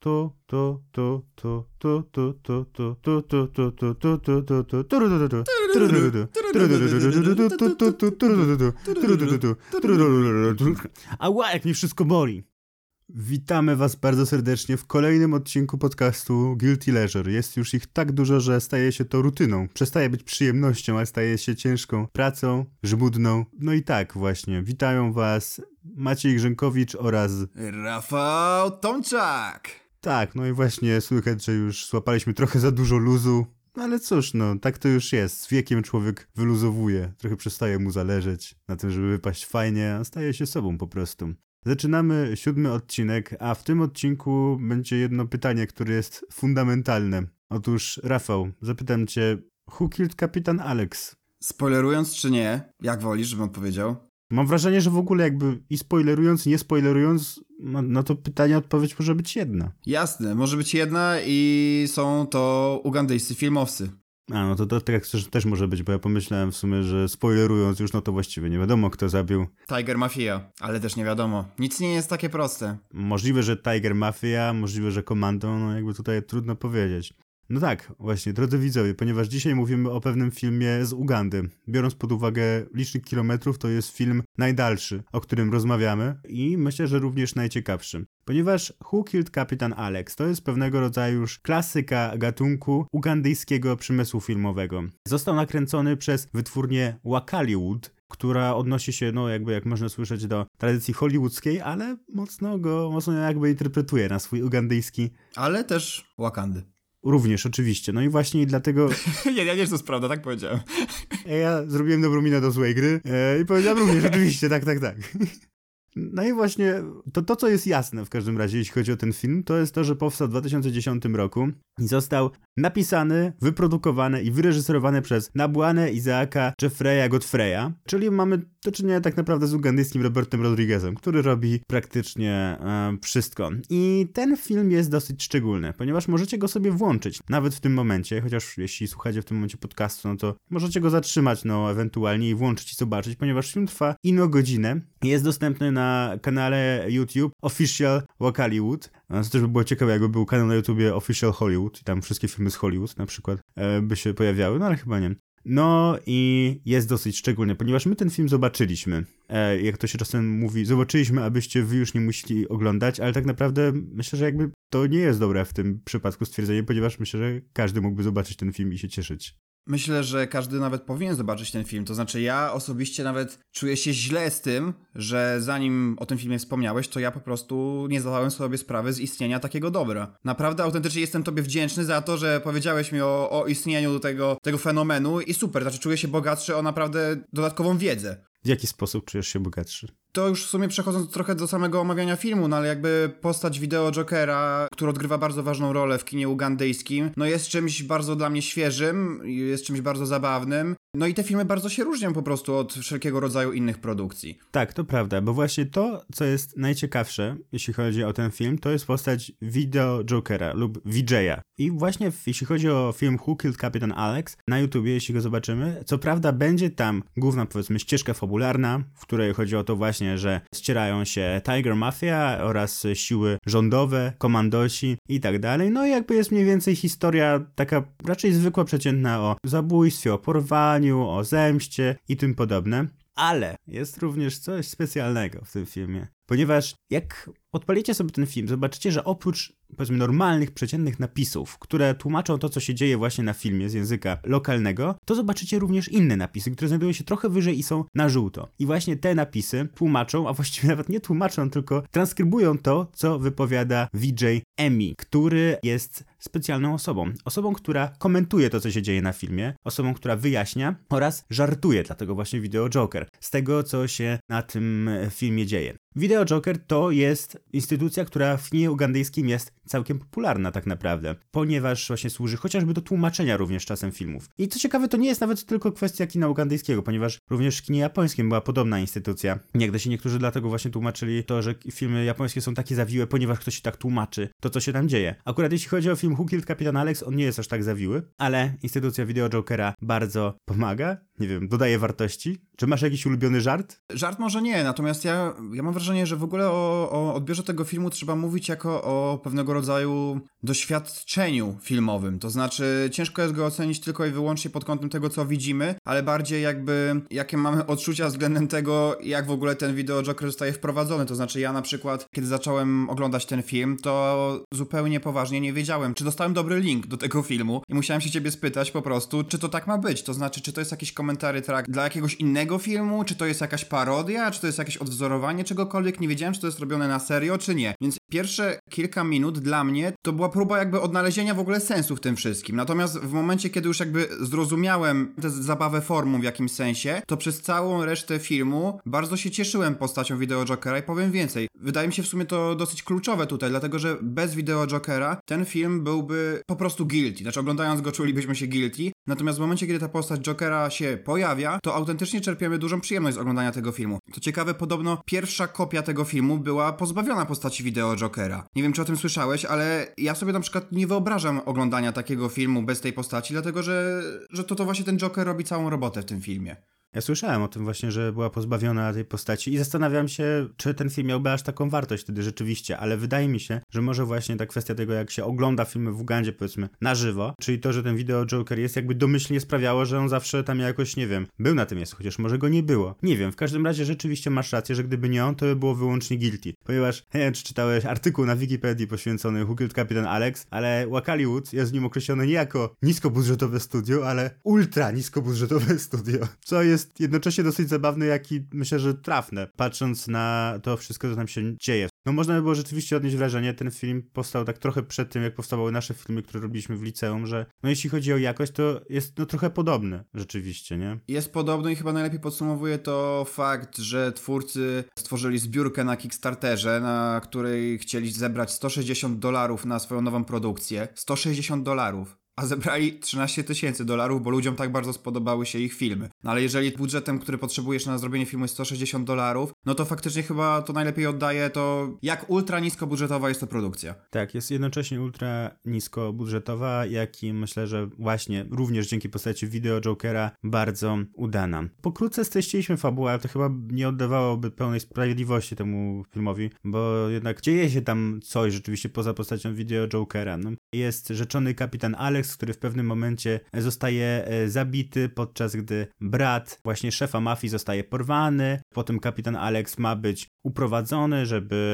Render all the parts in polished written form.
Ała, jak mi wszystko boli. Witamy was bardzo serdecznie w kolejnym odcinku podcastu Guilty Leisure. Jest już ich tak dużo, że staje się to rutyną. Przestaje być przyjemnością, a staje się ciężką pracą, żmudną. No i tak właśnie, witają was Maciej Grzękowicz oraz Rafał Tomczak. Tak, no i właśnie słychać, że już złapaliśmy trochę za dużo luzu. No ale cóż, no tak to już jest. Z wiekiem człowiek wyluzowuje. Trochę przestaje mu zależeć na tym, żeby wypaść fajnie, a staje się sobą po prostu. Zaczynamy 7. odcinek, a w tym odcinku będzie jedno pytanie, które jest fundamentalne. Otóż, Rafał, zapytam cię, who killed Kapitan Alex? Spoilerując czy nie? Jak wolisz, żebym odpowiedział? Mam wrażenie, że w ogóle jakby i spoilerując, i nie spoilerując, no to pytanie, odpowiedź może być jedna. Jasne, może być jedna i są to ugandyjscy filmowcy. A, no to tak też może być, bo ja pomyślałem w sumie, że spoilerując już, no to właściwie nie wiadomo, kto zabił. Tiger Mafia, ale też nie wiadomo. Nic nie jest takie proste. Możliwe, że Tiger Mafia, możliwe, że Commando, no jakby tutaj trudno powiedzieć. No tak, właśnie, drodzy widzowie, ponieważ dzisiaj mówimy o pewnym filmie z Ugandy. Biorąc pod uwagę licznik kilometrów, to jest film najdalszy, o którym rozmawiamy i myślę, że również najciekawszy. Ponieważ Who Killed Kapitan Alex to jest pewnego rodzaju już klasyka gatunku ugandyjskiego przemysłu filmowego. Został nakręcony przez wytwórnię Wakaliwood, która odnosi się, no jakby jak można słyszeć, do tradycji hollywoodzkiej, ale mocno jakby interpretuje na swój ugandyjski. Ale też Wakandy. Również, oczywiście. No i właśnie dlatego... Ja nie wiem, że to jest prawda, tak powiedziałem. Ja zrobiłem dobrą minę do złej gry i powiedziałem również, oczywiście, tak. No i właśnie to, co jest jasne w każdym razie, jeśli chodzi o ten film, to jest to, że powstał w 2010 roku i został napisany, wyprodukowany i wyreżyserowany przez Nabwanę Isaaka Jeffreya Godfreya, czyli mamy do czynienia tak naprawdę z ugandyjskim Robertem Rodriguezem, który robi praktycznie wszystko. I ten film jest dosyć szczególny, ponieważ możecie go sobie włączyć, nawet w tym momencie, chociaż jeśli słuchacie w tym momencie podcastu, no to możecie go zatrzymać, no ewentualnie i włączyć i zobaczyć, ponieważ film trwa ino godzinę i jest dostępny na kanale YouTube Official Wakaliwood. To też by było ciekawe, jakby był kanał na YouTubie Official Hollywood i tam wszystkie filmy z Hollywood na przykład by się pojawiały, no ale chyba nie. No i jest dosyć szczególny, ponieważ my ten film zobaczyliśmy. Jak to się czasem mówi, zobaczyliśmy, abyście wy już nie musieli oglądać, ale tak naprawdę myślę, że jakby to nie jest dobre w tym przypadku stwierdzenie, ponieważ myślę, że każdy mógłby zobaczyć ten film i się cieszyć. Myślę, że każdy nawet powinien zobaczyć ten film. To znaczy ja osobiście nawet czuję się źle z tym, że zanim o tym filmie wspomniałeś, to ja po prostu nie zdawałem sobie sprawy z istnienia takiego dobra. Naprawdę autentycznie jestem tobie wdzięczny za to, że powiedziałeś mi o istnieniu tego fenomenu i super, znaczy czuję się bogatszy o naprawdę dodatkową wiedzę. W jaki sposób czujesz się bogatszy? To już w sumie przechodząc trochę do samego omawiania filmu, no ale jakby postać wideo Jokera, który odgrywa bardzo ważną rolę w kinie ugandyjskim, no jest czymś bardzo dla mnie świeżym, jest czymś bardzo zabawnym, no i te filmy bardzo się różnią po prostu od wszelkiego rodzaju innych produkcji. Tak, to prawda, bo właśnie to, co jest najciekawsze, jeśli chodzi o ten film, to jest postać wideo Jokera lub VJ'a. I właśnie jeśli chodzi o film Who Killed Kapitan Alex, na YouTubie, jeśli go zobaczymy, co prawda będzie tam główna, powiedzmy, ścieżka fabularna, w której chodzi o to właśnie, że ścierają się Tiger Mafia oraz siły rządowe, komandosi i tak dalej. No i jakby jest mniej więcej historia taka raczej zwykła, przeciętna o zabójstwie, o porwaniu, o zemście i tym podobne. Ale jest również coś specjalnego w tym filmie, ponieważ jak odpalicie sobie ten film, zobaczycie, że oprócz, powiedzmy, normalnych, przeciętnych napisów, które tłumaczą to, co się dzieje właśnie na filmie z języka lokalnego, to zobaczycie również inne napisy, które znajdują się trochę wyżej i są na żółto. I właśnie te napisy tłumaczą, a właściwie nawet nie tłumaczą, tylko transkrybują to, co wypowiada VJ Emmy, który jest specjalną osobą. Osobą, która komentuje to, co się dzieje na filmie, osobą, która wyjaśnia oraz żartuje, dlatego właśnie Video Joker, z tego, co się na tym filmie dzieje. Video Joker to jest instytucja, która w kinie ugandyjskim jest całkiem popularna tak naprawdę, ponieważ właśnie służy chociażby do tłumaczenia również czasem filmów. I co ciekawe, to nie jest nawet tylko kwestia kina ugandyjskiego, ponieważ również w kinie japońskim była podobna instytucja. Niegdyś niektórzy dlatego właśnie tłumaczyli to, że filmy japońskie są takie zawiłe, ponieważ ktoś się tak tłumaczy to, co się tam dzieje. Akurat jeśli chodzi o film Who Killed Kapitan Alex, on nie jest aż tak zawiły, ale instytucja Video Jokera bardzo pomaga, nie wiem, dodaje wartości, Czy masz jakiś ulubiony żart? Żart może nie, natomiast ja mam wrażenie, że w ogóle o odbiorze tego filmu trzeba mówić jako o pewnego rodzaju doświadczeniu filmowym. To znaczy ciężko jest go ocenić tylko i wyłącznie pod kątem tego, co widzimy, ale bardziej jakby jakie mamy odczucia względem tego, jak w ogóle ten wideo Joker zostaje wprowadzony. To znaczy ja na przykład, kiedy zacząłem oglądać ten film, to zupełnie poważnie nie wiedziałem, czy dostałem dobry link do tego filmu i musiałem się ciebie spytać po prostu, czy to tak ma być. To znaczy, czy to jest jakiś komentary track dla jakiegoś innego filmu, czy to jest jakaś parodia, czy to jest jakieś odwzorowanie czegokolwiek. Nie wiedziałem, czy to jest robione na serio, czy nie. Więc pierwsze kilka minut dla mnie to była próba jakby odnalezienia w ogóle sensu w tym wszystkim. Natomiast w momencie, kiedy już jakby zrozumiałem tę zabawę formą w jakimś sensie, to przez całą resztę filmu bardzo się cieszyłem postacią wideo Jokera i powiem więcej. Wydaje mi się w sumie to dosyć kluczowe tutaj, dlatego że bez wideo Jokera ten film byłby po prostu guilty. Znaczy oglądając go czulibyśmy się guilty, natomiast w momencie, kiedy ta postać Jokera się pojawia, to autentycznie czerpiemy dużą przyjemność z oglądania tego filmu. Co ciekawe, podobno pierwsza kopia tego filmu była pozbawiona postaci wideo Jokera. Nie wiem, czy o tym słyszałeś, ale ja sobie na przykład nie wyobrażam oglądania takiego filmu bez tej postaci, dlatego że to właśnie ten Joker robi całą robotę w tym filmie. Ja słyszałem o tym właśnie, że była pozbawiona tej postaci i zastanawiam się, czy ten film miałby aż taką wartość wtedy rzeczywiście, ale wydaje mi się, że może właśnie ta kwestia tego, jak się ogląda filmy w Ugandzie, powiedzmy, na żywo, czyli to, że ten wideo Joker jest, jakby domyślnie sprawiało, że on zawsze tam jakoś, nie wiem, był na tym miejscu, chociaż może go nie było. Nie wiem, w każdym razie rzeczywiście masz rację, że gdyby nie on, to by było wyłącznie guilty, ponieważ, nie wiem, czy czytałeś artykuł na Wikipedii poświęcony Who Killed Captain Alex, ale Wakaliwood jest w nim określony nie jako niskobudżetowe studio, ale ultra niskobudżetowe studio, co jest jednocześnie dosyć zabawne, jak i myślę, że trafne, patrząc na to wszystko, co tam się dzieje. No można by było rzeczywiście odnieść wrażenie, ten film powstał tak trochę przed tym, jak powstawały nasze filmy, które robiliśmy w liceum, że no jeśli chodzi o jakość, to jest no trochę podobny rzeczywiście, nie? Jest podobny i chyba najlepiej podsumowuje to fakt, że twórcy stworzyli zbiórkę na Kickstarterze, na której chcieli zebrać $160 na swoją nową produkcję. $160! A zebrali $13,000, bo ludziom tak bardzo spodobały się ich filmy. No ale jeżeli budżetem, który potrzebujesz na zrobienie filmu jest $160, no to faktycznie chyba to najlepiej oddaje to, jak ultra niskobudżetowa jest to produkcja. Tak, jest jednocześnie ultra niskobudżetowa, jak i myślę, że właśnie również dzięki postaci wideo Jokera bardzo udana. Pokrótce streściliśmy fabułę, ale to chyba nie oddawałoby pełnej sprawiedliwości temu filmowi, bo jednak dzieje się tam coś rzeczywiście poza postacią wideo Jokera. No, jest rzeczony kapitan Alex, który w pewnym momencie zostaje zabity, podczas gdy brat właśnie szefa mafii zostaje porwany. Potem kapitan Alex ma być uprowadzony,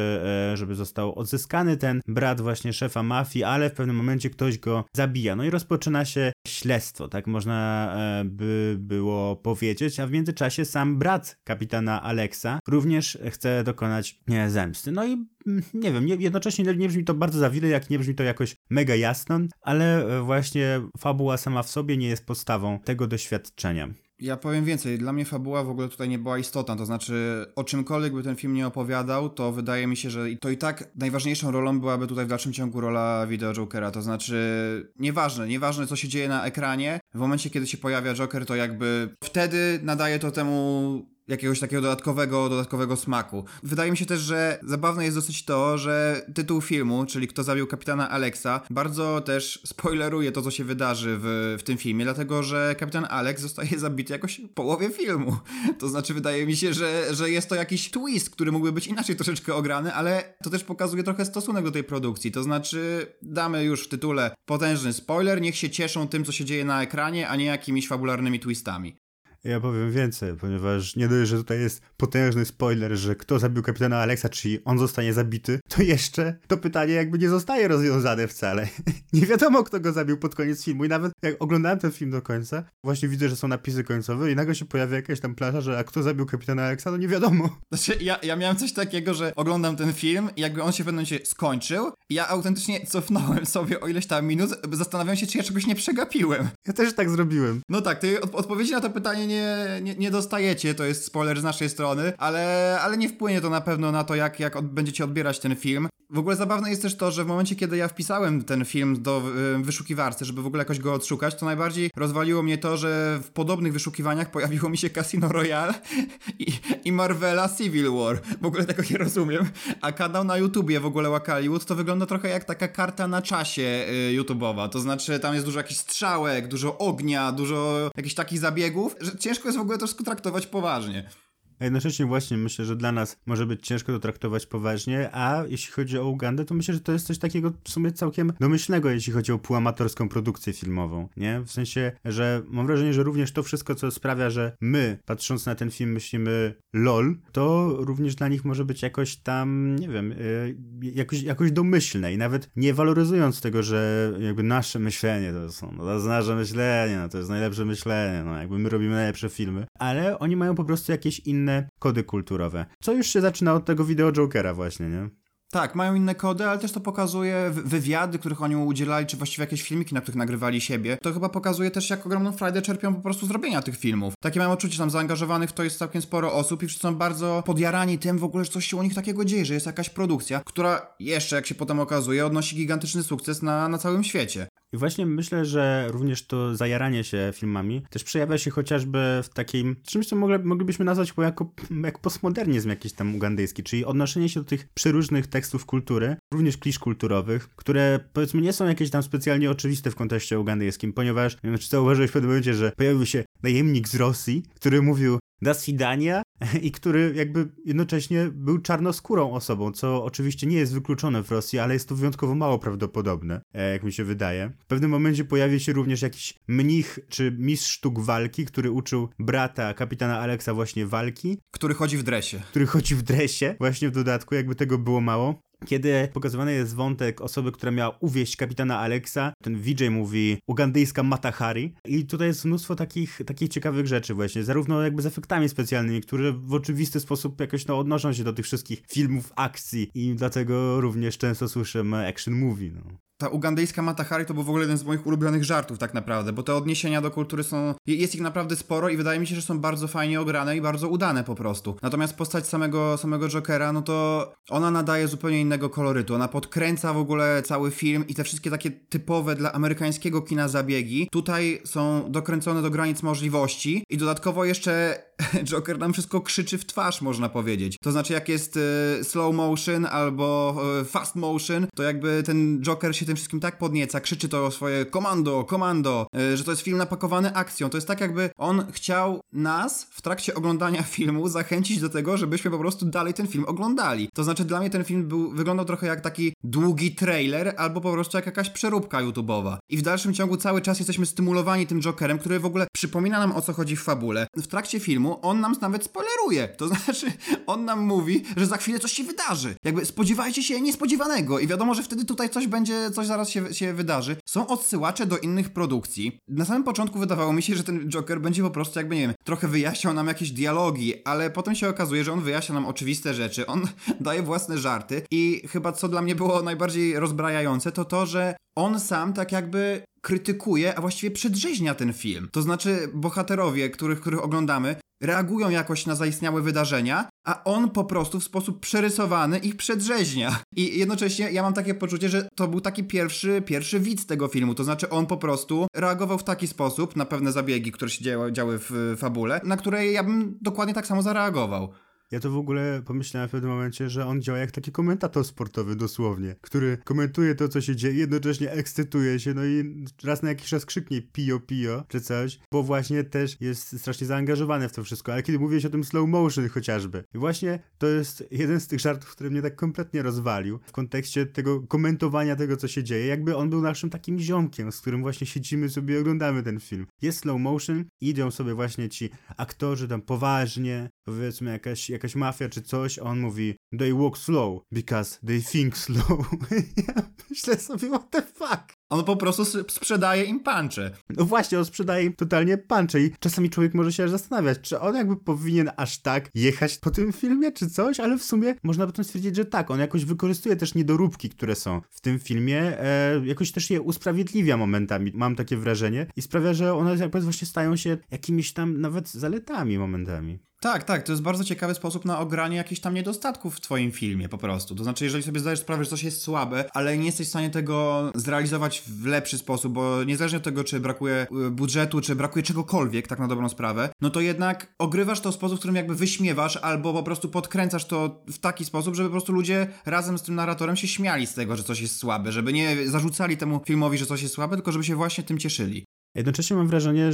żeby został odzyskany ten brat właśnie szefa mafii, ale w pewnym momencie ktoś go zabija. No i rozpoczyna się śledztwo, tak można by było powiedzieć, a w międzyczasie sam brat kapitana Alexa również chce dokonać zemsty. No i nie wiem, jednocześnie nie brzmi to bardzo zawile, jak nie brzmi to jakoś mega jasno, ale właśnie fabuła sama w sobie nie jest podstawą tego doświadczenia. Ja powiem więcej, dla mnie fabuła w ogóle tutaj nie była istotna, to znaczy o czymkolwiek by ten film nie opowiadał, to wydaje mi się, że to i tak najważniejszą rolą byłaby tutaj w dalszym ciągu rola wideo Jokera, to znaczy nieważne co się dzieje na ekranie, w momencie kiedy się pojawia Joker, to jakby wtedy nadaje to temu jakiegoś takiego dodatkowego smaku. Wydaje mi się też, że zabawne jest dosyć to, że tytuł filmu, czyli Kto zabił kapitana Alexa, bardzo też spoileruje to, co się wydarzy w tym filmie, dlatego, że kapitan Alex zostaje zabity jakoś w połowie filmu. To znaczy, wydaje mi się, że jest to jakiś twist, który mógłby być inaczej troszeczkę ograny, ale to też pokazuje trochę stosunek do tej produkcji. To znaczy, damy już w tytule potężny spoiler, niech się cieszą tym, co się dzieje na ekranie, a nie jakimiś fabularnymi twistami. Ja powiem więcej, ponieważ nie dość, że tutaj jest potężny spoiler, że kto zabił kapitana Alexa, czyli on zostanie zabity, to jeszcze to pytanie jakby nie zostaje rozwiązane wcale. Nie wiadomo, kto go zabił pod koniec filmu i nawet jak oglądałem ten film do końca, właśnie widzę, że są napisy końcowe i nagle się pojawia jakaś tam plansza, że a kto zabił kapitana Alexa, no nie wiadomo. Znaczy, ja miałem coś takiego, że oglądam ten film i jakby on się w pewnym momencie skończył, ja autentycznie cofnąłem sobie o ileś tam minut, zastanawiam się, czy ja czegoś nie przegapiłem. Ja też tak zrobiłem. No tak, ty odpowiedzi na to pytanie nie dostajecie, to jest spoiler z naszej strony, ale nie wpłynie to na pewno na to, jak będziecie odbierać ten film. W ogóle zabawne jest też to, że w momencie, kiedy ja wpisałem ten film do wyszukiwarce, żeby w ogóle jakoś go odszukać, to najbardziej rozwaliło mnie to, że w podobnych wyszukiwaniach pojawiło mi się Casino Royale i Marvela Civil War. W ogóle tego nie rozumiem. A kanał na YouTubie w ogóle Wakaliwood to wygląda trochę jak taka karta na czasie YouTube'owa. To znaczy tam jest dużo jakichś strzałek, dużo ognia, dużo jakichś takich zabiegów, że ciężko jest w ogóle to wszystko traktować poważnie. A jednocześnie właśnie myślę, że dla nas może być ciężko to traktować poważnie, a jeśli chodzi o Ugandę, to myślę, że to jest coś takiego w sumie całkiem domyślnego, jeśli chodzi o półamatorską produkcję filmową, nie? W sensie, że mam wrażenie, że również to wszystko, co sprawia, że my, patrząc na ten film, myślimy lol, to również dla nich może być jakoś tam, nie wiem, jakoś domyślne i nawet nie waloryzując tego, że jakby nasze myślenie to jest nasze myślenie, no to jest najlepsze myślenie, no jakby my robimy najlepsze filmy, ale oni mają po prostu jakieś inne kody kulturowe. Co już się zaczyna od tego wideo Jokera właśnie, nie? Tak, mają inne kody, ale też to pokazuje wywiady, których oni udzielali, czy właściwie jakieś filmiki, na których nagrywali siebie. To chyba pokazuje też, jak ogromną frajdę czerpią po prostu z robienia tych filmów. Takie mają odczucie, że tam zaangażowanych w to jest całkiem sporo osób i wszyscy są bardzo podjarani tym w ogóle, że coś się u nich takiego dzieje, że jest jakaś produkcja, która jeszcze, jak się potem okazuje, odnosi gigantyczny sukces na całym świecie. I właśnie myślę, że również to zajaranie się filmami też przejawia się chociażby w takim czymś, co moglibyśmy nazwać jak postmodernizm jakiś tam ugandyjski, czyli odnoszenie się do tych przeróżnych tekstów kultury, również klisz kulturowych, które powiedzmy nie są jakieś tam specjalnie oczywiste w kontekście ugandyjskim, ponieważ, nie wiem, czy zauważyłeś w pewnym momencie, że pojawił się najemnik z Rosji, który mówił "do swidania" i który jakby jednocześnie był czarnoskórą osobą, co oczywiście nie jest wykluczone w Rosji, ale jest to wyjątkowo mało prawdopodobne, jak mi się wydaje. W pewnym momencie pojawi się również jakiś mnich czy mistrz sztuk walki, który uczył brata kapitana Alexa właśnie walki. Który chodzi w dresie. Właśnie w dodatku, jakby tego było mało. Kiedy pokazywany jest wątek osoby, która miała uwieść kapitana Alexa, ten VJ mówi ugandyjska Mata Hari i tutaj jest mnóstwo takich ciekawych rzeczy właśnie, zarówno jakby z efektami specjalnymi, które w oczywisty sposób jakoś odnoszą się do tych wszystkich filmów akcji i dlatego również często słyszymy action movie, no. Ta ugandyjska Mata Hari to był w ogóle jeden z moich ulubionych żartów tak naprawdę, bo te odniesienia do kultury jest ich naprawdę sporo i wydaje mi się, że są bardzo fajnie ograne i bardzo udane po prostu. Natomiast postać samego Jokera, no to ona nadaje zupełnie innego kolorytu, ona podkręca w ogóle cały film i te wszystkie takie typowe dla amerykańskiego kina zabiegi tutaj są dokręcone do granic możliwości i dodatkowo jeszcze Joker nam wszystko krzyczy w twarz, można powiedzieć. To znaczy, jak jest slow motion albo fast motion, to jakby ten Joker się tym wszystkim tak podnieca, krzyczy to swoje komando, że to jest film napakowany akcją. To jest tak, jakby on chciał nas w trakcie oglądania filmu zachęcić do tego, żebyśmy po prostu dalej ten film oglądali. To znaczy, dla mnie ten film wyglądał trochę jak taki długi trailer albo po prostu jak jakaś przeróbka YouTube'owa. I w dalszym ciągu cały czas jesteśmy stymulowani tym Jokerem, który w ogóle przypomina nam, o co chodzi w fabule. W trakcie filmu on nam nawet spoileruje. To znaczy, on nam mówi, że za chwilę coś się wydarzy. Jakby spodziewajcie się niespodziewanego i wiadomo, że wtedy tutaj coś zaraz się wydarzy. Są odsyłacze do innych produkcji. Na samym początku wydawało mi się, że ten Joker będzie po prostu jakby, nie wiem, trochę wyjaśniał nam jakieś dialogi, ale potem się okazuje, że on wyjaśnia nam oczywiste rzeczy, on daje własne żarty i chyba co dla mnie było najbardziej rozbrajające, to to, że on sam tak jakby krytykuje, a właściwie przedrzeźnia ten film. To znaczy bohaterowie, których oglądamy, reagują jakoś na zaistniałe wydarzenia, a on po prostu w sposób przerysowany ich przedrzeźnia. I jednocześnie ja mam takie poczucie, że to był taki pierwszy widz tego filmu. To znaczy on po prostu reagował w taki sposób na pewne zabiegi, które się działy w fabule, na które ja bym dokładnie tak samo zareagował. Ja to w ogóle pomyślałem w pewnym momencie, że on działa jak taki komentator sportowy dosłownie, który komentuje to, co się dzieje, jednocześnie ekscytuje się, no i raz na jakiś czas krzyknie pio czy coś, bo właśnie też jest strasznie zaangażowany w to wszystko, ale kiedy mówię o tym slow motion chociażby, i właśnie to jest jeden z tych żartów, który mnie tak kompletnie rozwalił w kontekście tego komentowania tego, co się dzieje, jakby on był naszym takim ziomkiem, z którym właśnie siedzimy sobie i oglądamy ten film. Jest slow motion, idą sobie właśnie ci aktorzy tam poważnie, powiedzmy jakaś mafia czy coś, a on mówi they walk slow because they think slow. Ja myślę sobie, what the fuck? On po prostu sprzedaje im punche. No właśnie, on sprzedaje im totalnie punche i czasami człowiek może się aż zastanawiać, czy on jakby powinien aż tak jechać po tym filmie, czy coś, ale w sumie można potem stwierdzić, że tak, on jakoś wykorzystuje też niedoróbki, które są w tym filmie, jakoś też je usprawiedliwia momentami, mam takie wrażenie, i sprawia, że one jakby właśnie stają się jakimiś tam nawet zaletami momentami. Tak, to jest bardzo ciekawy sposób na ogranie jakichś tam niedostatków w twoim filmie po prostu. To znaczy, jeżeli sobie zdajesz sprawę, że coś jest słabe, ale nie jesteś w stanie tego zrealizować w lepszy sposób, bo niezależnie od tego, czy brakuje budżetu, czy brakuje czegokolwiek, tak na dobrą sprawę, no to jednak ogrywasz to w sposób, w którym jakby wyśmiewasz albo po prostu podkręcasz to w taki sposób, żeby po prostu ludzie razem z tym narratorem się śmiali z tego, że coś jest słabe, żeby nie zarzucali temu filmowi, że coś jest słabe, tylko żeby się właśnie tym cieszyli. Jednocześnie mam wrażenie,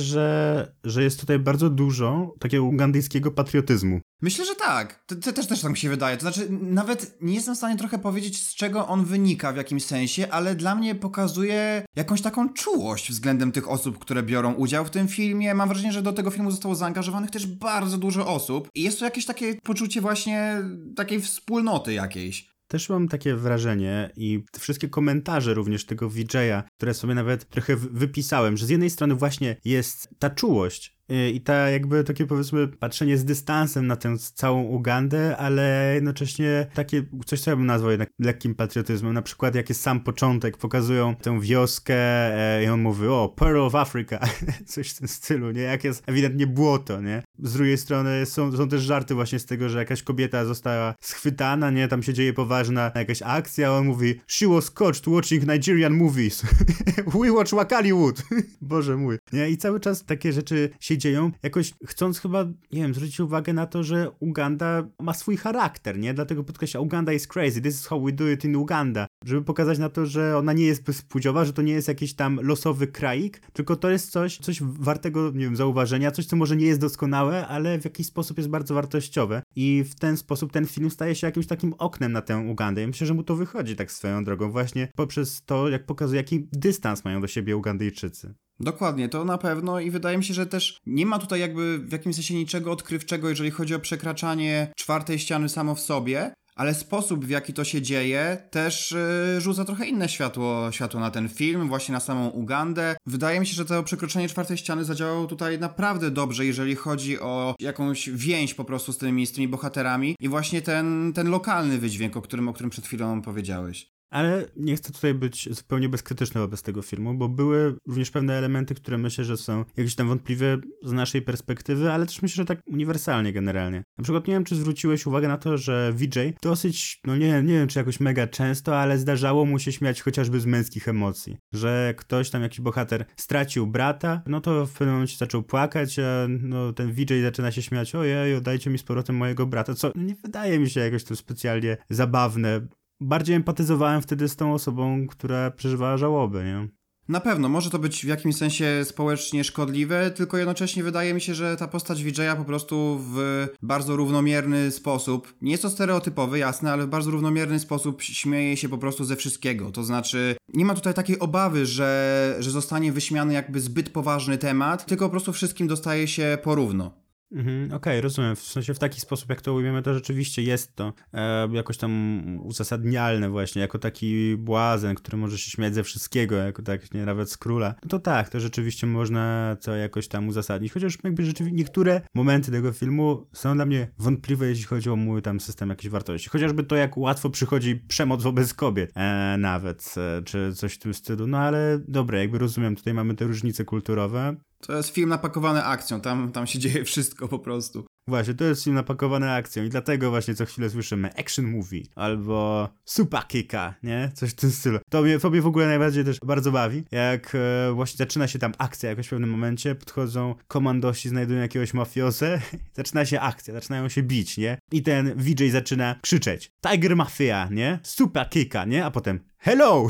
że jest tutaj bardzo dużo takiego ugandyjskiego patriotyzmu. Myślę, że tak. Też tak mi się wydaje. To znaczy, nawet nie jestem w stanie trochę powiedzieć, z czego on wynika w jakimś sensie, ale dla mnie pokazuje jakąś taką czułość względem tych osób, które biorą udział w tym filmie. Mam wrażenie, że do tego filmu zostało zaangażowanych też bardzo dużo osób i jest to jakieś takie poczucie właśnie takiej wspólnoty jakiejś. Też mam takie wrażenie i te wszystkie komentarze również tego VJ-a, które sobie nawet trochę wypisałem, że z jednej strony właśnie jest ta czułość i ta jakby takie powiedzmy patrzenie z dystansem na tę całą Ugandę, ale jednocześnie takie coś, co ja bym nazwał jednak lekkim patriotyzmem. Na przykład jak jest sam początek, pokazują tę wioskę i on mówi, o, Pearl of Africa, coś w tym stylu, nie? Jak jest ewidentnie błoto, nie? Z drugiej strony są też żarty właśnie z tego, że jakaś kobieta została schwytana, nie? Tam się dzieje poważna jakaś akcja, a on mówi, she was caught watching Nigerian movies. We watch Wakaliwood. Boże mój. Nie? I cały czas takie rzeczy się dzieją, jakoś chcąc chyba, nie wiem, zwrócić uwagę na to, że Uganda ma swój charakter, nie? Dlatego podkreśla, Uganda is crazy, this is how we do it in Uganda. Żeby pokazać na to, że ona nie jest bezpłciowa, że to nie jest jakiś tam losowy kraik, tylko to jest coś wartego, nie wiem, zauważenia, coś, co może nie jest doskonałe, ale w jakiś sposób jest bardzo wartościowe. I w ten sposób ten film staje się jakimś takim oknem na tę Ugandę. I myślę, że mu to wychodzi tak swoją drogą, właśnie poprzez to, jak pokazuje, jaki dystans mają do siebie Ugandyjczycy. Dokładnie, to na pewno i wydaje mi się, że też nie ma tutaj jakby w jakimś sensie niczego odkrywczego, jeżeli chodzi o przekraczanie czwartej ściany samo w sobie, ale sposób, w jaki to się dzieje, też rzuca trochę inne światło na ten film, właśnie na samą Ugandę. Wydaje mi się, że to przekroczenie czwartej ściany zadziałało tutaj naprawdę dobrze, jeżeli chodzi o jakąś więź po prostu z tymi bohaterami i właśnie ten lokalny wydźwięk, o którym przed chwilą powiedziałeś. Ale nie chcę tutaj być zupełnie bezkrytyczny wobec tego filmu, bo były również pewne elementy, które myślę, że są jakieś tam wątpliwe z naszej perspektywy, ale też myślę, że tak uniwersalnie generalnie. Na przykład nie wiem, czy zwróciłeś uwagę na to, że VJ dosyć, no nie wiem, czy jakoś mega często, ale zdarzało mu się śmiać chociażby z męskich emocji. Że ktoś tam, jakiś bohater stracił brata, no to w pewnym momencie zaczął płakać, a no ten VJ zaczyna się śmiać, ojej, oddajcie mi z powrotem mojego brata, co nie wydaje mi się jakoś to specjalnie zabawne. Bardziej empatyzowałem wtedy z tą osobą, która przeżywała żałobę, nie? Na pewno, może to być w jakimś sensie społecznie szkodliwe, tylko jednocześnie wydaje mi się, że ta postać VJ'a po prostu w bardzo równomierny sposób, nie jest to stereotypowy, jasne, ale w bardzo równomierny sposób śmieje się po prostu ze wszystkiego. To znaczy, nie ma tutaj takiej obawy, że zostanie wyśmiany jakby zbyt poważny temat, tylko po prostu wszystkim dostaje się porówno. Okej, rozumiem. W sensie w taki sposób, jak to ujmiemy, to rzeczywiście jest to jakoś tam uzasadnialne właśnie, jako taki błazen, który może się śmiać ze wszystkiego, jako tak, nie, nawet z króla. No to tak, to rzeczywiście można to jakoś tam uzasadnić, chociaż jakby rzeczywiście niektóre momenty tego filmu są dla mnie wątpliwe, jeśli chodzi o mój tam system jakichś wartości. Chociażby to, jak łatwo przychodzi przemoc wobec kobiet, nawet, czy coś w tym stylu. No ale dobra, jakby rozumiem, tutaj mamy te różnice kulturowe. To jest film napakowany akcją, tam się dzieje wszystko po prostu. Właśnie, to jest film napakowany akcją i dlatego właśnie co chwilę słyszymy action movie albo super kicka, nie? Coś w tym stylu. To mnie w ogóle najbardziej też bardzo bawi, jak właśnie zaczyna się tam akcja jakoś w pewnym momencie, podchodzą komandosi, znajdują jakiegoś mafiosę, zaczyna się akcja, zaczynają się bić, nie? I ten VJ zaczyna krzyczeć Tiger Mafia, nie? Super kicka, nie? A potem hello!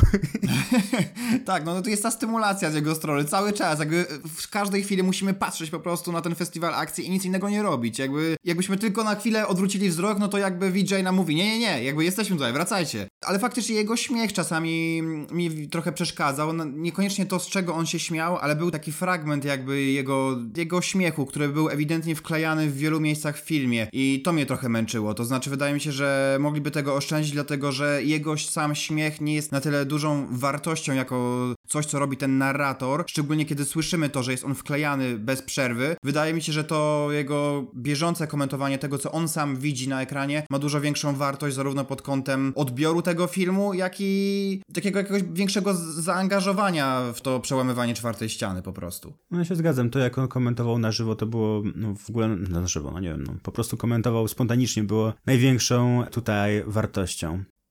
Tak, no to jest ta stymulacja z jego strony cały czas, jakby w każdej chwili musimy patrzeć po prostu na ten festiwal akcji i nic innego nie robić, jakbyśmy tylko na chwilę odwrócili wzrok, no to jakby VJ nam mówi, nie, jakby jesteśmy tutaj, wracajcie. Ale faktycznie jego śmiech czasami mi trochę przeszkadzał, niekoniecznie to, z czego on się śmiał, ale był taki fragment jakby jego śmiechu, który był ewidentnie wklejany w wielu miejscach w filmie i to mnie trochę męczyło, to znaczy wydaje mi się, że mogliby tego oszczędzić, dlatego że jego sam śmiech nie jest na tyle dużą wartością jako coś, co robi ten narrator, szczególnie kiedy słyszymy to, że jest on wklejany bez przerwy. Wydaje mi się, że to jego bieżące komentowanie tego, co on sam widzi na ekranie, ma dużo większą wartość zarówno pod kątem odbioru tego filmu, jak i takiego jakiegoś większego zaangażowania w to przełamywanie czwartej ściany po prostu. No ja się zgadzam, to jak on komentował na żywo, to było w ogóle na żywo, no nie wiem, po prostu komentował spontanicznie, było największą tutaj wartością.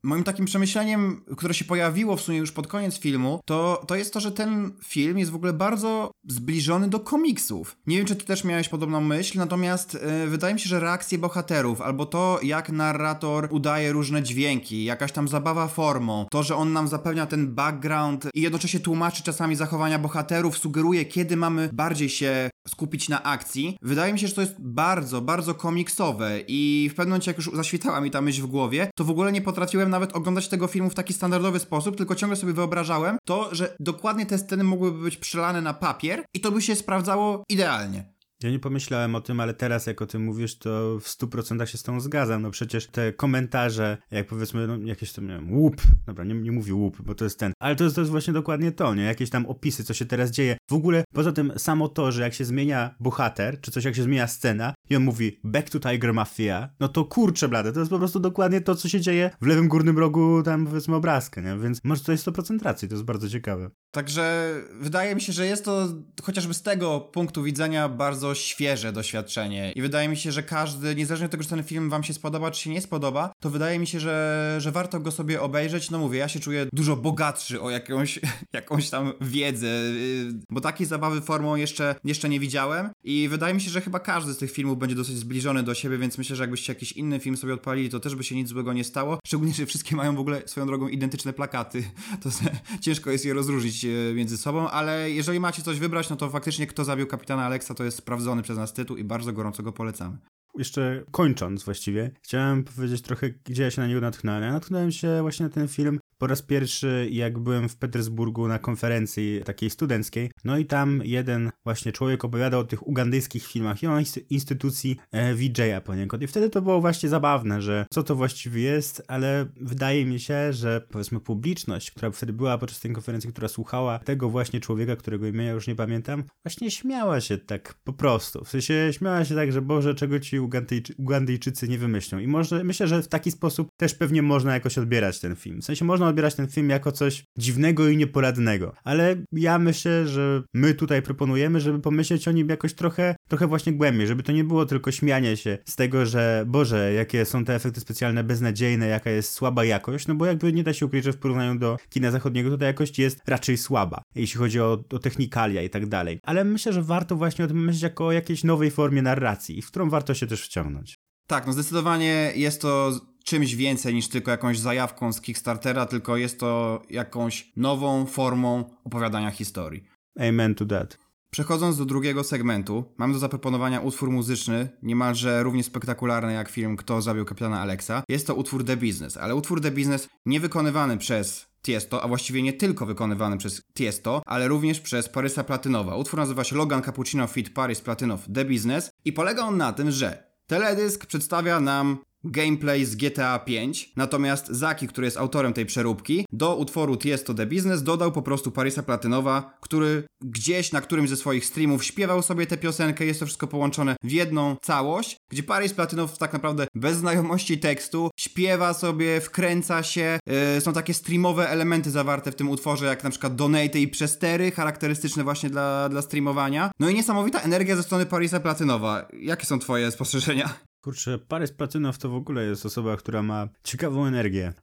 moim takim przemyśleniem, które się pojawiło w sumie już pod koniec filmu, to jest to, że ten film jest w ogóle bardzo zbliżony do komiksów. Nie wiem, czy ty też miałeś podobną myśl, natomiast wydaje mi się, że reakcje bohaterów, albo to, jak narrator udaje różne dźwięki, jakaś tam zabawa formą, to, że on nam zapewnia ten background i jednocześnie tłumaczy czasami zachowania bohaterów, sugeruje, kiedy mamy bardziej się skupić na akcji. Wydaje mi się, że to jest bardzo, bardzo komiksowe i w pewnym momencie, jak już zaświtała mi ta myśl w głowie, to w ogóle nie potrafiłem nawet oglądać tego filmu w taki standardowy sposób, tylko ciągle sobie wyobrażałem to, że dokładnie te sceny mogłyby być przelane na papier i to by się sprawdzało idealnie. Ja nie pomyślałem o tym, ale teraz jak o tym mówisz, to w 100% się z tą zgadzam. No przecież te komentarze, jak powiedzmy, no jakieś tam, nie wiem, łup, dobra, nie mówię łup, bo to jest ten, ale to jest właśnie dokładnie to, nie? Jakieś tam opisy, co się teraz dzieje. W ogóle, poza tym, samo to, że jak się zmienia bohater, czy coś jak się zmienia scena i on mówi back to Tiger Mafia, no to kurczę blade, to jest po prostu dokładnie to, co się dzieje w lewym górnym rogu tam, powiedzmy, obrazka, nie? Więc może to jest 100% racji, to jest bardzo ciekawe. Także wydaje mi się, że jest to chociażby z tego punktu widzenia bardzo świeże doświadczenie i wydaje mi się, że każdy, niezależnie od tego, czy ten film wam się spodoba, czy się nie spodoba, to wydaje mi się, że warto go sobie obejrzeć. No mówię, ja się czuję dużo bogatszy o jakąś tam wiedzę, bo takiej zabawy formą jeszcze nie widziałem i wydaje mi się, że chyba każdy z tych filmów będzie dosyć zbliżony do siebie, więc myślę, że jakbyście jakiś inny film sobie odpalili, to też by się nic złego nie stało, szczególnie, że wszystkie mają w ogóle swoją drogą identyczne plakaty, to ciężko jest je rozróżnić między sobą, ale jeżeli macie coś wybrać, no to faktycznie Kto zabił kapitana Alexa to jest sprawdzony przez nas tytuł i bardzo gorąco go polecamy. Jeszcze kończąc właściwie, chciałem powiedzieć trochę, gdzie ja się na niego natknąłem. Ja natknąłem się właśnie na ten film po raz pierwszy, jak byłem w Petersburgu na konferencji takiej studenckiej. No i tam jeden właśnie człowiek opowiadał o tych ugandyjskich filmach i o instytucji VJ-a poniekąd. I wtedy to było właśnie zabawne, że co to właściwie jest, ale wydaje mi się, że powiedzmy publiczność, która wtedy była podczas tej konferencji, która słuchała tego właśnie człowieka, którego imienia już nie pamiętam, właśnie śmiała się tak po prostu. W sensie śmiała się tak, że Boże, czego ci Ugandyjczycy nie wymyślą. I myślę, że w taki sposób też pewnie można jakoś odbierać ten film. W sensie można odbierać ten film jako coś dziwnego i nieporadnego. Ale ja myślę, że my tutaj proponujemy, żeby pomyśleć o nim jakoś trochę właśnie głębiej, żeby to nie było tylko śmianie się z tego, że Boże, jakie są te efekty specjalne beznadziejne, jaka jest słaba jakość, no bo jakby nie da się ukryć, że w porównaniu do kina zachodniego to ta jakość jest raczej słaba, jeśli chodzi o technikalia i tak dalej. Ale myślę, że warto właśnie o tym myśleć jako o jakiejś nowej formie narracji, w którą warto się też wciągnąć. Tak, no zdecydowanie jest to czymś więcej niż tylko jakąś zajawką z Kickstartera, tylko jest to jakąś nową formą opowiadania historii. Amen to that. Przechodząc do drugiego segmentu, mam do zaproponowania utwór muzyczny, niemalże równie spektakularny jak film Kto zabił kapitana Alexa. Jest to utwór The Business, ale utwór The Business nie wykonywany przez Tiesto, a właściwie nie tylko wykonywany przez Tiesto, ale również przez Parysa Platynowa. Utwór nazywa się Logan Cappuccino feat. Paris Platynow The Business i polega on na tym, że teledysk przedstawia nam gameplay z GTA 5, natomiast Zaki, który jest autorem tej przeróbki, do utworu Tiesto The Business dodał po prostu Parisa Platynowa, który gdzieś na którymś ze swoich streamów śpiewał sobie tę piosenkę, jest to wszystko połączone w jedną całość, gdzie Paris Platynow tak naprawdę bez znajomości tekstu śpiewa sobie, wkręca się, są takie streamowe elementy zawarte w tym utworze, jak na przykład donaty i przestery, charakterystyczne właśnie dla streamowania. No i niesamowita energia ze strony Parisa Platynowa. Jakie są twoje spostrzeżenia? Kurczę, Paris Platynow to w ogóle jest osoba, która ma ciekawą energię,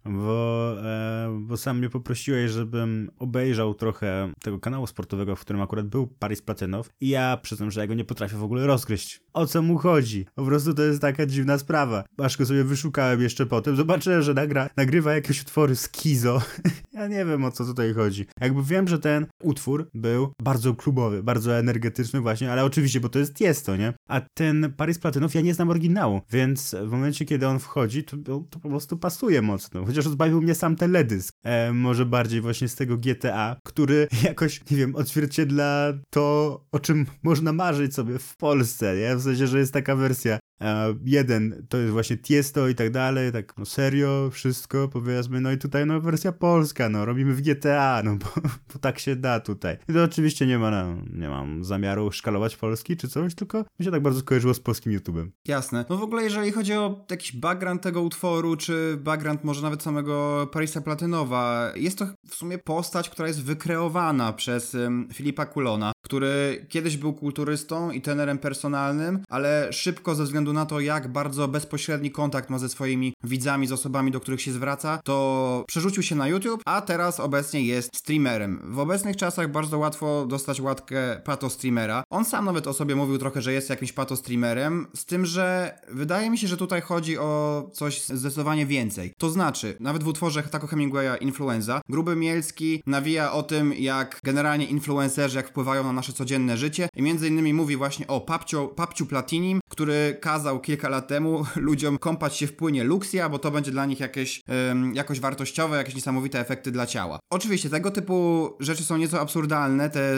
bo sam mnie poprosiłeś, żebym obejrzał trochę tego kanału sportowego, w którym akurat był Paris Platynow i ja przyznam, że ja go nie potrafię w ogóle rozgryźć. O co mu chodzi? Po prostu to jest taka dziwna sprawa. Aż go sobie wyszukałem jeszcze potem, zobaczyłem, że nagrywa jakieś utwory z Kizo. Ja nie wiem, o co tutaj chodzi. Jakby wiem, że ten utwór był bardzo klubowy, bardzo energetyczny właśnie, ale oczywiście, bo to jest Tiesto, nie? A ten Paris Platynow, ja nie znam oryginału, więc w momencie, kiedy on wchodzi, to po prostu pasuje mocno. Chociaż odbawił mnie sam teledysk. Może bardziej właśnie z tego GTA, który jakoś, nie wiem, odzwierciedla to, o czym można marzyć sobie w Polsce, nie? W sensie, że jest taka wersja. Jeden to jest właśnie Tiesto i tak dalej, tak no serio, wszystko powiedzmy, no i tutaj no wersja polska, no robimy w GTA, no bo tak się da tutaj. I to oczywiście nie mam zamiaru szkalować Polski czy coś, tylko mi się tak bardzo skojarzyło z polskim YouTube'em. Jasne. No w ogóle jeżeli chodzi o jakiś background tego utworu, czy background może nawet samego Parisa Platynowa, jest to w sumie postać, która jest wykreowana przez Filipa Coulona, który kiedyś był kulturystą i trenerem personalnym, ale szybko ze względu względu na to, jak bardzo bezpośredni kontakt ma ze swoimi widzami, z osobami, do których się zwraca, to przerzucił się na YouTube, a teraz obecnie jest streamerem. W obecnych czasach bardzo łatwo dostać łatkę pato-streamera. On sam nawet o sobie mówił trochę, że jest jakimś pato-streamerem, z tym, że wydaje mi się, że tutaj chodzi o coś zdecydowanie więcej. To znaczy, nawet w utworze Taco Hemingwaya Influenza, Gruby Mielski nawija o tym, jak generalnie influencerzy, jak wpływają na nasze codzienne życie i między innymi mówi właśnie o Papciu Platinim, który kazał kilka lat temu ludziom kąpać się w płynie Luxia, bo to będzie dla nich jakoś wartościowe, jakieś niesamowite efekty dla ciała. Oczywiście tego typu rzeczy są nieco absurdalne, te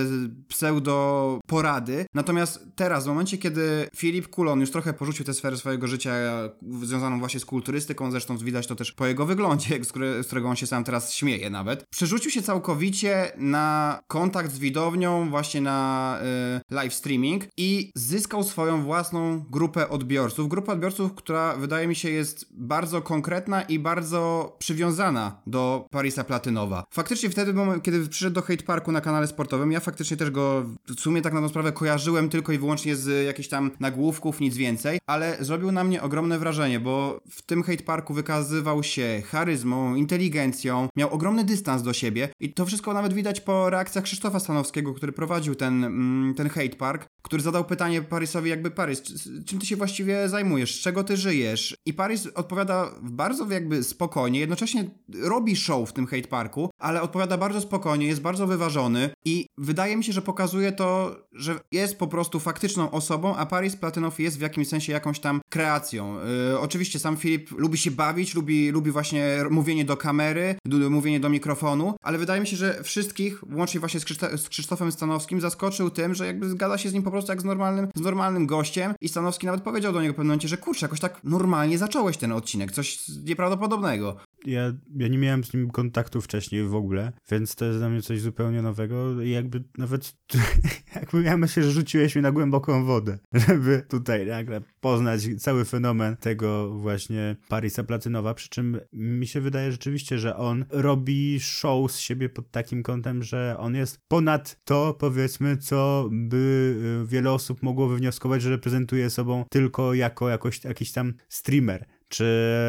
pseudo porady, natomiast teraz, w momencie, kiedy Philip Coulon już trochę porzucił tę sferę swojego życia związaną właśnie z kulturystyką, zresztą widać to też po jego wyglądzie, z którego on się sam teraz śmieje nawet, przerzucił się całkowicie na kontakt z widownią, właśnie na live streaming i zyskał swoją własną grupę odbiorców, która wydaje mi się jest bardzo konkretna i bardzo przywiązana do Parisa Platynowa. Faktycznie wtedy, kiedy przyszedł do Hate Parku na kanale sportowym, ja faktycznie też go w sumie tak na tą sprawę kojarzyłem tylko i wyłącznie z jakichś tam nagłówków, nic więcej, ale zrobił na mnie ogromne wrażenie, bo w tym Hate Parku wykazywał się charyzmą, inteligencją, miał ogromny dystans do siebie i to wszystko nawet widać po reakcjach Krzysztofa Stanowskiego, który prowadził ten Hate Park, który zadał pytanie Parisowi jakby: Paris, czym ty się właściwie zajmujesz? Z czego ty żyjesz? I Paris odpowiada bardzo jakby spokojnie, jednocześnie robi show w tym Hate Parku, ale odpowiada bardzo spokojnie, jest bardzo wyważony i wydaje mi się, że pokazuje to, że jest po prostu faktyczną osobą, a Paris Platynow jest w jakimś sensie jakąś tam kreacją. Oczywiście sam Filip lubi się bawić, lubi właśnie mówienie do kamery, mówienie do mikrofonu, ale wydaje mi się, że wszystkich, łącznie właśnie z Krzysztofem Stanowskim, zaskoczył tym, że jakby zgadza się z nim po prostu jak z normalnym gościem i Stanowski nawet powiedział do niego w pewnym momencie, że kurczę, jakoś tak normalnie zacząłeś ten odcinek, coś nieprawdopodobnego. Ja nie miałem z nim kontaktu wcześniej w ogóle, więc to jest dla mnie coś zupełnie nowego i jakby nawet jakby ja myślę, że rzuciłeś mnie na głęboką wodę, żeby tutaj nagle poznać cały fenomen tego właśnie Parisa Platynowa, przy czym mi się wydaje rzeczywiście, że on robi show z siebie pod takim kątem, że on jest ponad to, powiedzmy, co by wiele osób mogło wywnioskować, że reprezentuje sobą tylko jako jakiś tam streamer, czy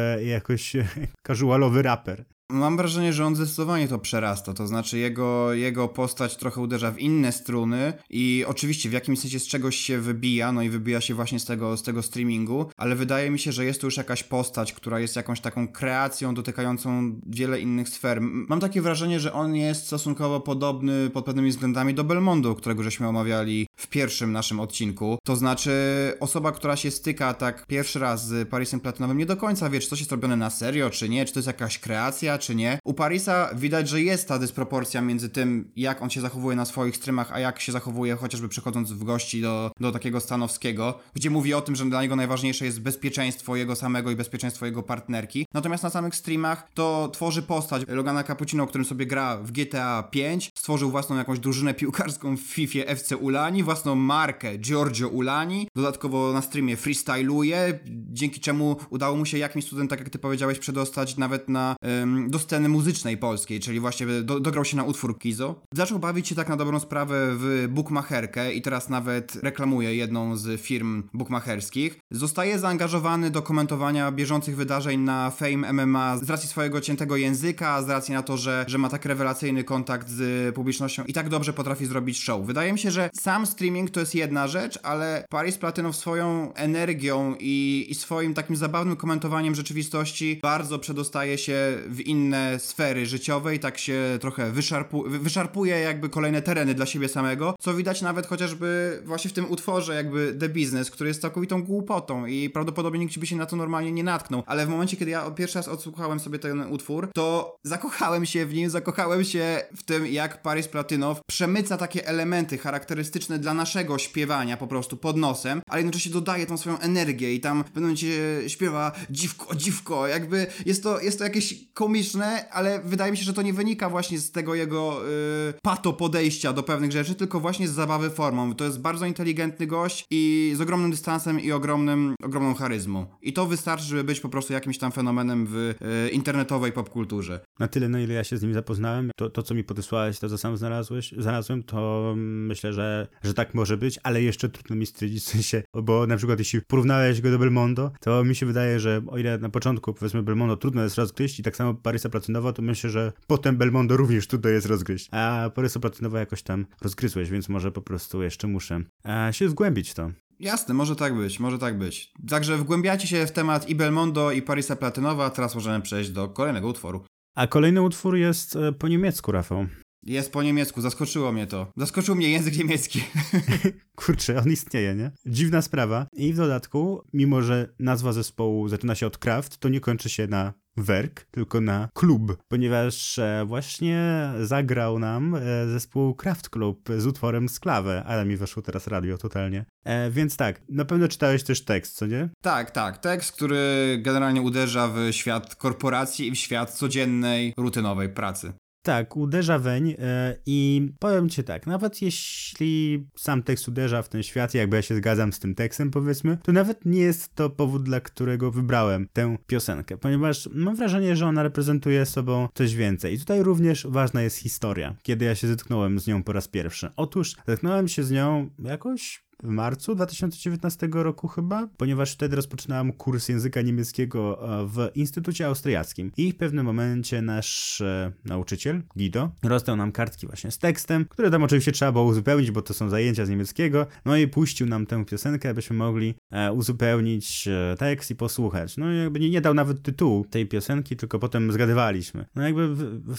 jakoś casualowy raper. Mam wrażenie, że on zdecydowanie to przerasta, to znaczy jego postać trochę uderza w inne struny i oczywiście w jakimś sensie z czegoś się wybija, no i wybija się właśnie z tego streamingu, ale wydaje mi się, że jest to już jakaś postać, która jest jakąś taką kreacją dotykającą wiele innych sfer. Mam takie wrażenie, że on jest stosunkowo podobny pod pewnymi względami do Belmondu, którego żeśmy omawiali w pierwszym naszym odcinku. To znaczy osoba, która się styka tak pierwszy raz z Parisem Platynowym, nie do końca wie, czy coś jest robione na serio, czy nie, czy to jest jakaś kreacja, czy nie. U Parisa widać, że jest ta dysproporcja między tym, jak on się zachowuje na swoich streamach, a jak się zachowuje chociażby przychodząc w gości do takiego Stanowskiego, gdzie mówi o tym, że dla niego najważniejsze jest bezpieczeństwo jego samego i bezpieczeństwo jego partnerki. Natomiast na samych streamach to tworzy postać Logana Cappuccino, którym sobie gra w GTA 5, stworzył własną jakąś drużynę piłkarską w FIFA FC Ulani, własną markę Giorgio Ulani, dodatkowo na streamie freestyluje, dzięki czemu udało mu się jakimś cudem, tak jak ty powiedziałeś, przedostać nawet do sceny muzycznej polskiej, czyli właśnie dograł się na utwór Kizo. Zaczął bawić się tak na dobrą sprawę w bookmacherkę i teraz nawet reklamuje jedną z firm bookmacherskich. Zostaje zaangażowany do komentowania bieżących wydarzeń na Fame MMA z racji swojego ciętego języka, z racji na to, że ma tak rewelacyjny kontakt z publicznością i tak dobrze potrafi zrobić show. Wydaje mi się, że sam streaming to jest jedna rzecz, ale Paris Platynow swoją energią i swoim takim zabawnym komentowaniem rzeczywistości bardzo przedostaje się w inne sfery życiowe i tak się trochę wyszarpuje jakby kolejne tereny dla siebie samego, co widać nawet chociażby właśnie w tym utworze jakby The Business, który jest całkowitą głupotą i prawdopodobnie nikt by się na to normalnie nie natknął, ale w momencie, kiedy ja pierwszy raz odsłuchałem sobie ten utwór, to zakochałem się w nim, zakochałem się w tym, jak Paris Platynow przemyca takie elementy charakterystyczne dla naszego śpiewania po prostu pod nosem, ale jednocześnie dodaje tą swoją energię i tam w pewnym momencie śpiewa dziwko, jakby jest to jakieś komiczne, ale wydaje mi się, że to nie wynika właśnie z tego jego pato podejścia do pewnych rzeczy, tylko właśnie z zabawy formą. To jest bardzo inteligentny gość i z ogromnym dystansem i ogromną charyzmą. I to wystarczy, żeby być po prostu jakimś tam fenomenem w internetowej popkulturze. Na tyle, na ile ja się z nim zapoznałem, to co mi podesłałeś, to co sam znalazłem, to myślę, że że tak może być, ale jeszcze trudno mi stwierdzić, w sensie, bo na przykład jeśli porównałeś go do Belmondo, to mi się wydaje, że o ile na początku, powiedzmy, Belmondo trudno jest rozgryźć i tak samo Parysa Platynowa, to myślę, że potem Belmondo również trudno jest rozgryźć, a Parysa Platynowa jakoś tam rozgryzłeś, więc może po prostu jeszcze muszę się wgłębić w to. Jasne, może tak być, może tak być. Także wgłębiacie się w temat i Belmondo, i Parysa Platynowa, teraz możemy przejść do kolejnego utworu. A kolejny utwór jest po niemiecku, Rafał. Jest po niemiecku, zaskoczyło mnie to. Zaskoczył mnie język niemiecki. Kurczę, on istnieje, nie? Dziwna sprawa. I w dodatku, mimo że nazwa zespołu zaczyna się od Kraft, to nie kończy się na Werk, tylko na klub, ponieważ właśnie zagrał nam zespół Kraft Klub z utworem Sklawę, ale mi weszło teraz radio totalnie. Więc tak, na pewno czytałeś też tekst, co nie? Tak, tekst, który generalnie uderza w świat korporacji i w świat codziennej, rutynowej pracy. Tak, uderza weń i powiem ci tak, nawet jeśli sam tekst uderza w ten świat, jakby ja się zgadzam z tym tekstem, powiedzmy, to nawet nie jest to powód, dla którego wybrałem tę piosenkę, ponieważ mam wrażenie, że ona reprezentuje sobą coś więcej. I tutaj również ważna jest historia, kiedy ja się zetknąłem z nią po raz pierwszy. Otóż zetknąłem się z nią jakoś w marcu 2019 roku chyba, ponieważ wtedy rozpoczynałem kurs języka niemieckiego w Instytucie Austriackim i w pewnym momencie nasz nauczyciel, Guido, rozdał nam kartki właśnie z tekstem, które tam oczywiście trzeba było uzupełnić, bo to są zajęcia z niemieckiego, no i puścił nam tę piosenkę, abyśmy mogli uzupełnić tekst i posłuchać. No i jakby nie dał nawet tytułu tej piosenki, tylko potem zgadywaliśmy. No jakby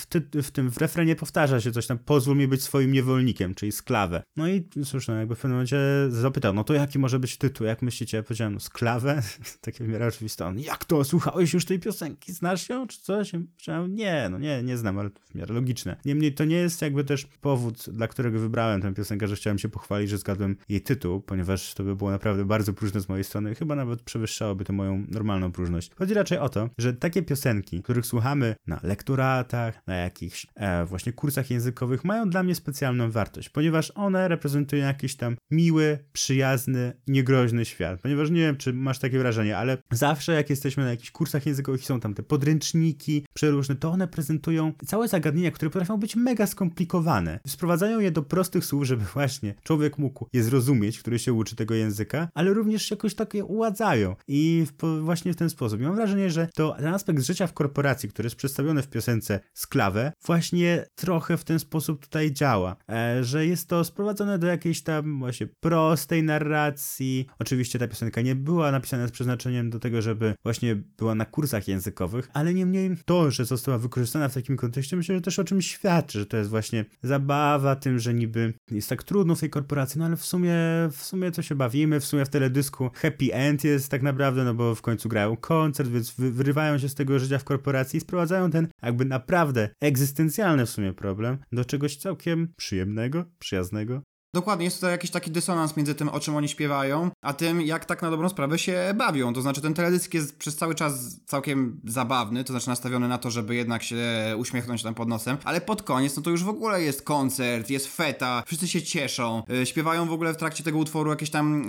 w refrenie powtarza się coś tam, pozwól mi być swoim niewolnikiem, czyli sklawę. No i cóż, no jakby w pewnym momencie zapytał, no to jaki może być tytuł, jak myślicie? Ja powiedziałem, no Sklawę, takie w miarę oczywiste. On, jak to, słuchałeś już tej piosenki, znasz ją, czy coś? Powiedziałem, nie znam, ale to w miarę logiczne. Niemniej to nie jest jakby też powód, dla którego wybrałem tę piosenkę, że chciałem się pochwalić, że zgadłem jej tytuł, ponieważ to by było naprawdę bardzo próżne z mojej strony, chyba nawet przewyższałoby to moją normalną próżność. Chodzi raczej o to, że takie piosenki, których słuchamy na lektoratach, na jakichś właśnie kursach językowych, mają dla mnie specjalną wartość, ponieważ one reprezentują jakiś tam miły, przyjazny, niegroźny świat. Ponieważ nie wiem, czy masz takie wrażenie, ale zawsze jak jesteśmy na jakichś kursach językowych, są tam te podręczniki przeróżne, to one prezentują całe zagadnienia, które potrafią być mega skomplikowane. Sprowadzają je do prostych słów, żeby właśnie człowiek mógł je zrozumieć, który się uczy tego języka, ale również jakoś tak je uładzają. I właśnie w ten sposób. I mam wrażenie, że ten aspekt życia w korporacji, który jest przedstawiony w piosence Sklawę, właśnie trochę w ten sposób tutaj działa. Że jest to sprowadzone do jakiejś tam właśnie prostej narracji. Oczywiście ta piosenka nie była napisana z przeznaczeniem do tego, żeby właśnie była na kursach językowych, ale niemniej to, że została wykorzystana w takim kontekście, myślę, że też o czymś świadczy, że to jest właśnie zabawa tym, że niby jest tak trudno w tej korporacji, no ale w sumie to się bawimy, w sumie w teledysku happy end jest tak naprawdę, no bo w końcu grają koncert, więc wyrywają się z tego życia w korporacji i sprowadzają ten jakby naprawdę egzystencjalny w sumie problem do czegoś całkiem przyjemnego, przyjaznego. Dokładnie, jest tutaj jakiś taki dysonans między tym, o czym oni śpiewają, a tym, jak tak na dobrą sprawę się bawią. To znaczy, ten teledysk jest przez cały czas całkiem zabawny, to znaczy nastawiony na to, żeby jednak się uśmiechnąć tam pod nosem, ale pod koniec, no to już w ogóle jest koncert, jest feta, wszyscy się cieszą, śpiewają w ogóle w trakcie tego utworu jakieś tam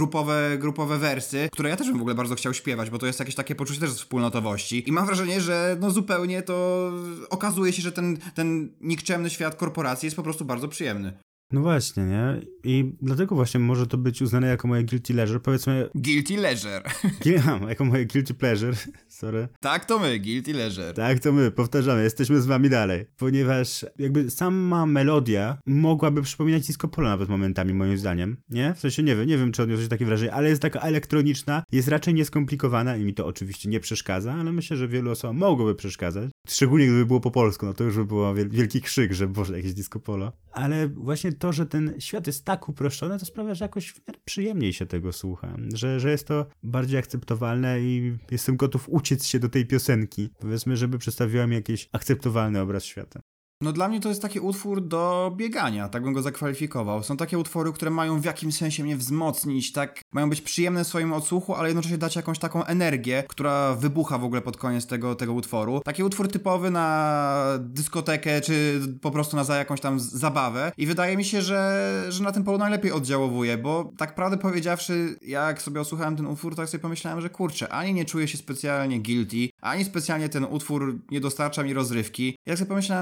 grupowe wersy, które ja też bym w ogóle bardzo chciał śpiewać, bo to jest jakieś takie poczucie też wspólnotowości. I mam wrażenie, że no zupełnie to okazuje się, że ten nikczemny świat korporacji jest po prostu bardzo przyjemny. No właśnie, nie? I dlatego właśnie może to być uznane jako moje guilty pleasure, powiedzmy... Guilty leisure. Jako moje guilty pleasure, sorry. Tak to my, guilty leisure. Tak to my, powtarzamy, jesteśmy z wami dalej. Ponieważ jakby sama melodia mogłaby przypominać disco polo nawet momentami, moim zdaniem, nie? W sensie nie wiem, czy odniosłeś takie wrażenie, ale jest taka elektroniczna, jest raczej nieskomplikowana i mi to oczywiście nie przeszkadza, ale myślę, że wielu osobom mogłoby przeszkadzać. Szczególnie gdyby było po polsku, no to już by było wielki krzyk, że Boże, jakieś disco polo. Ale właśnie to, że ten świat jest tak uproszczony, to sprawia, że jakoś w miarę przyjemniej się tego słucha. Że jest to bardziej akceptowalne i jestem gotów uciec się do tej piosenki. Powiedzmy, żeby przedstawiła mi jakiś akceptowalny obraz świata. No dla mnie to jest taki utwór do biegania, tak bym go zakwalifikował. Są takie utwory, które mają w jakimś sensie mnie wzmocnić, tak mają być przyjemne w swoim odsłuchu, ale jednocześnie dać jakąś taką energię, która wybucha w ogóle pod koniec tego utworu. Taki utwór typowy na dyskotekę, czy po prostu za jakąś tam zabawę i wydaje mi się, że na tym polu najlepiej oddziałowuje, bo tak prawdę powiedziawszy, jak sobie odsłuchałem ten utwór, tak sobie pomyślałem, że kurczę, ani nie czuję się specjalnie guilty, ani specjalnie ten utwór nie dostarcza mi rozrywki. Jak sobie pomyślałem, jest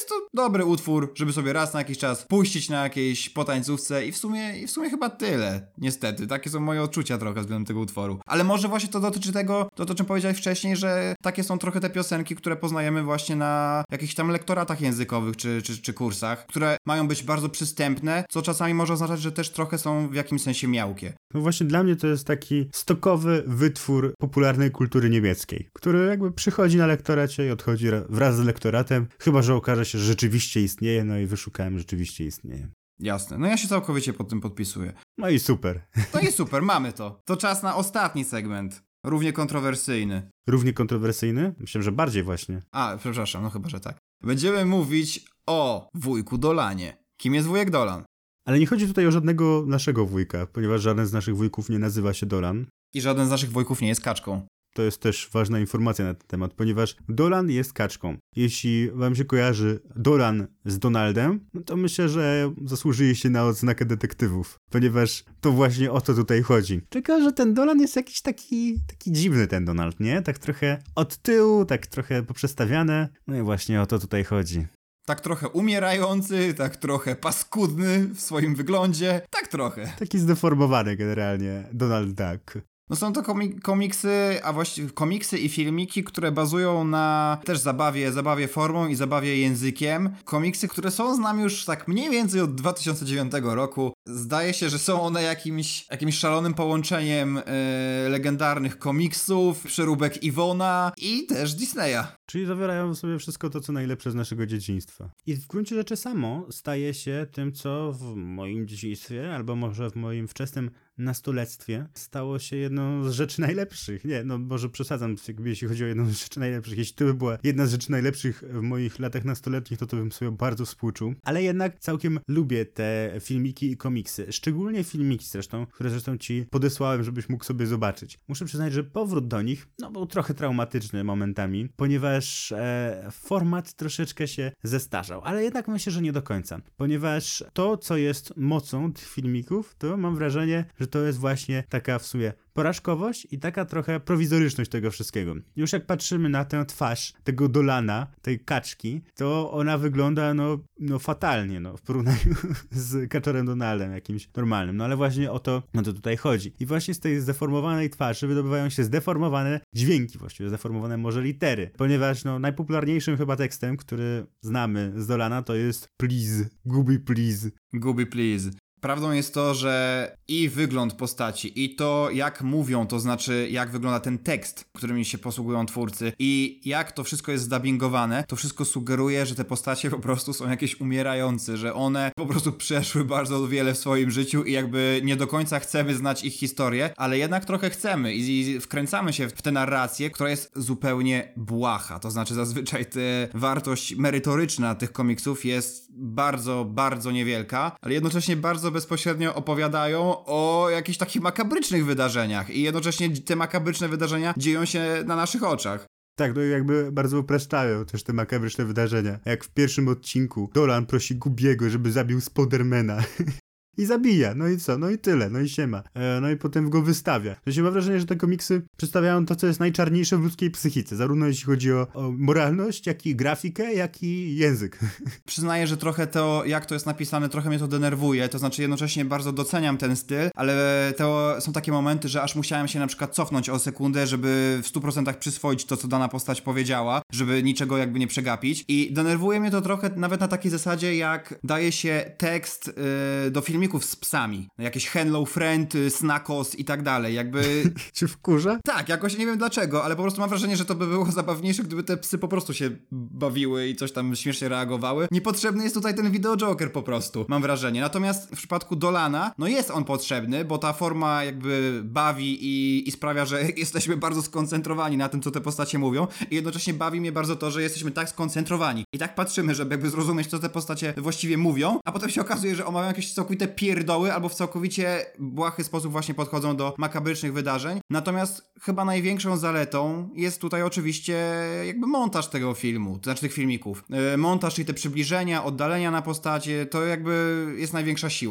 jest to dobry utwór, żeby sobie raz na jakiś czas puścić na jakiejś potańcówce i w sumie chyba tyle. Niestety, takie są moje odczucia trochę względem tego utworu. Ale może właśnie to dotyczy tego, to o czym powiedziałeś wcześniej, że takie są trochę te piosenki, które poznajemy właśnie na jakichś tam lektoratach językowych czy kursach, które mają być bardzo przystępne, co czasami może oznaczać, że też trochę są w jakimś sensie miałkie. No właśnie dla mnie to jest taki stokowy wytwór popularnej kultury niemieckiej, który jakby przychodzi na lektoracie i odchodzi wraz z lektoratem, chyba że okaże się, że rzeczywiście istnieje, no i wyszukałem, rzeczywiście istnieje. Jasne, no ja się całkowicie pod tym podpisuję. No i super. No i super, mamy to. To czas na ostatni segment. Równie kontrowersyjny. Równie kontrowersyjny? Myślę, że bardziej właśnie. A, przepraszam, no chyba, że tak. Będziemy mówić o wujku Dolanie. Kim jest wujek Dolan? Ale nie chodzi tutaj o żadnego naszego wujka, ponieważ żaden z naszych wujków nie nazywa się Dolan. I żaden z naszych wujków nie jest kaczką. To jest też ważna informacja na ten temat, ponieważ Dolan jest kaczką. Jeśli wam się kojarzy Dolan z Donaldem, no to myślę, że zasłużyli się na odznakę detektywów, ponieważ to właśnie o to tutaj chodzi. Tylko, że ten Dolan jest jakiś taki dziwny ten Donald, nie? Tak trochę od tyłu, tak trochę poprzestawiane. No i właśnie o to tutaj chodzi. Tak trochę umierający, tak trochę paskudny w swoim wyglądzie, tak trochę. Taki zdeformowany generalnie Donald Duck. No są to komiksy, a właściwie komiksy i filmiki, które bazują na też zabawie formą i zabawie językiem. Komiksy, które są z nami już tak mniej więcej od 2009 roku. Zdaje się, że są one jakimś szalonym połączeniem legendarnych komiksów, przeróbek Iwona i też Disneya. Czyli zawierają w sobie wszystko to, co najlepsze z naszego dzieciństwa. I w gruncie rzeczy samo staje się tym, co w moim dzieciństwie, albo może w moim wczesnym nastoletstwie stało się jedną z rzeczy najlepszych. Nie, no może przesadzam, jeśli chodzi o jedną z rzeczy najlepszych. Jeśli to by była jedna z rzeczy najlepszych w moich latach nastoletnich, to bym sobie bardzo współczuł. Ale jednak całkiem lubię te filmiki i komiksy. Szczególnie filmiki zresztą, które zresztą ci podesłałem, żebyś mógł sobie zobaczyć. Muszę przyznać, że powrót do nich, był trochę traumatyczny momentami, ponieważ format troszeczkę się zestarzał. Ale jednak myślę, że nie do końca. Ponieważ to, co jest mocą tych filmików, to mam wrażenie, że to jest właśnie taka w sumie porażkowość i taka trochę prowizoryczność tego wszystkiego. Już jak patrzymy na tę twarz tego Dolana, tej kaczki, to ona wygląda fatalnie, w porównaniu z Kaczorem Donaldem jakimś normalnym. No ale właśnie o to tutaj chodzi. I właśnie z tej zdeformowanej twarzy wydobywają się zdeformowane dźwięki, właściwie zdeformowane może litery. Ponieważ najpopularniejszym chyba tekstem, który znamy z Dolana, to jest please, Gubi please. Gubi please. Prawdą jest to, że i wygląd postaci, i to jak mówią, to znaczy jak wygląda ten tekst, którymi się posługują twórcy i jak to wszystko jest zdubbingowane, to wszystko sugeruje, że te postacie po prostu są jakieś umierające, że one po prostu przeszły bardzo wiele w swoim życiu i jakby nie do końca chcemy znać ich historię, ale jednak trochę chcemy i wkręcamy się w tę narrację, która jest zupełnie błaha. To znaczy zazwyczaj wartość merytoryczna tych komiksów jest bardzo, bardzo niewielka, ale jednocześnie bardzo bezpośrednio opowiadają o jakichś takich makabrycznych wydarzeniach i jednocześnie te makabryczne wydarzenia dzieją się na naszych oczach. Tak, jakby bardzo upraszczają też te makabryczne wydarzenia. Jak w pierwszym odcinku Dolan prosi Gubiego, żeby zabił Spidermana. I zabija, no i co, no i tyle, no i siema. No i potem go wystawia. To się ma wrażenie, że te komiksy przedstawiają to, co jest najczarniejsze w ludzkiej psychice, zarówno jeśli chodzi o moralność, jak i grafikę, jak i język. Przyznaję, że trochę to, jak to jest napisane, trochę mnie to denerwuje, to znaczy jednocześnie bardzo doceniam ten styl, ale to są takie momenty, że aż musiałem się na przykład cofnąć o sekundę, żeby w 100% przyswoić to, co dana postać powiedziała, żeby niczego jakby nie przegapić i denerwuje mnie to trochę nawet na takiej zasadzie, jak daje się tekst do filmików z psami. Jakieś Hello Friend, Snackos i tak dalej. Jakby... Czy wkurza? Tak, jakoś nie wiem dlaczego, ale po prostu mam wrażenie, że to by było zabawniejsze, gdyby te psy po prostu się bawiły i coś tam śmiesznie reagowały. Niepotrzebny jest tutaj ten Video Joker po prostu, mam wrażenie. Natomiast w przypadku Dolana, jest on potrzebny, bo ta forma jakby bawi i sprawia, że jesteśmy bardzo skoncentrowani na tym, co te postacie mówią i jednocześnie bawi mnie bardzo to, że jesteśmy tak skoncentrowani i tak patrzymy, żeby jakby zrozumieć, co te postacie właściwie mówią, a potem się okazuje, że omawiają jakieś całkowite pierdoły albo w całkowicie błahy sposób właśnie podchodzą do makabrycznych wydarzeń. Natomiast chyba największą zaletą jest tutaj oczywiście jakby montaż tego filmu, to znaczy tych filmików. Montaż, czyli te przybliżenia, oddalenia na postacie, to jakby jest największa siła.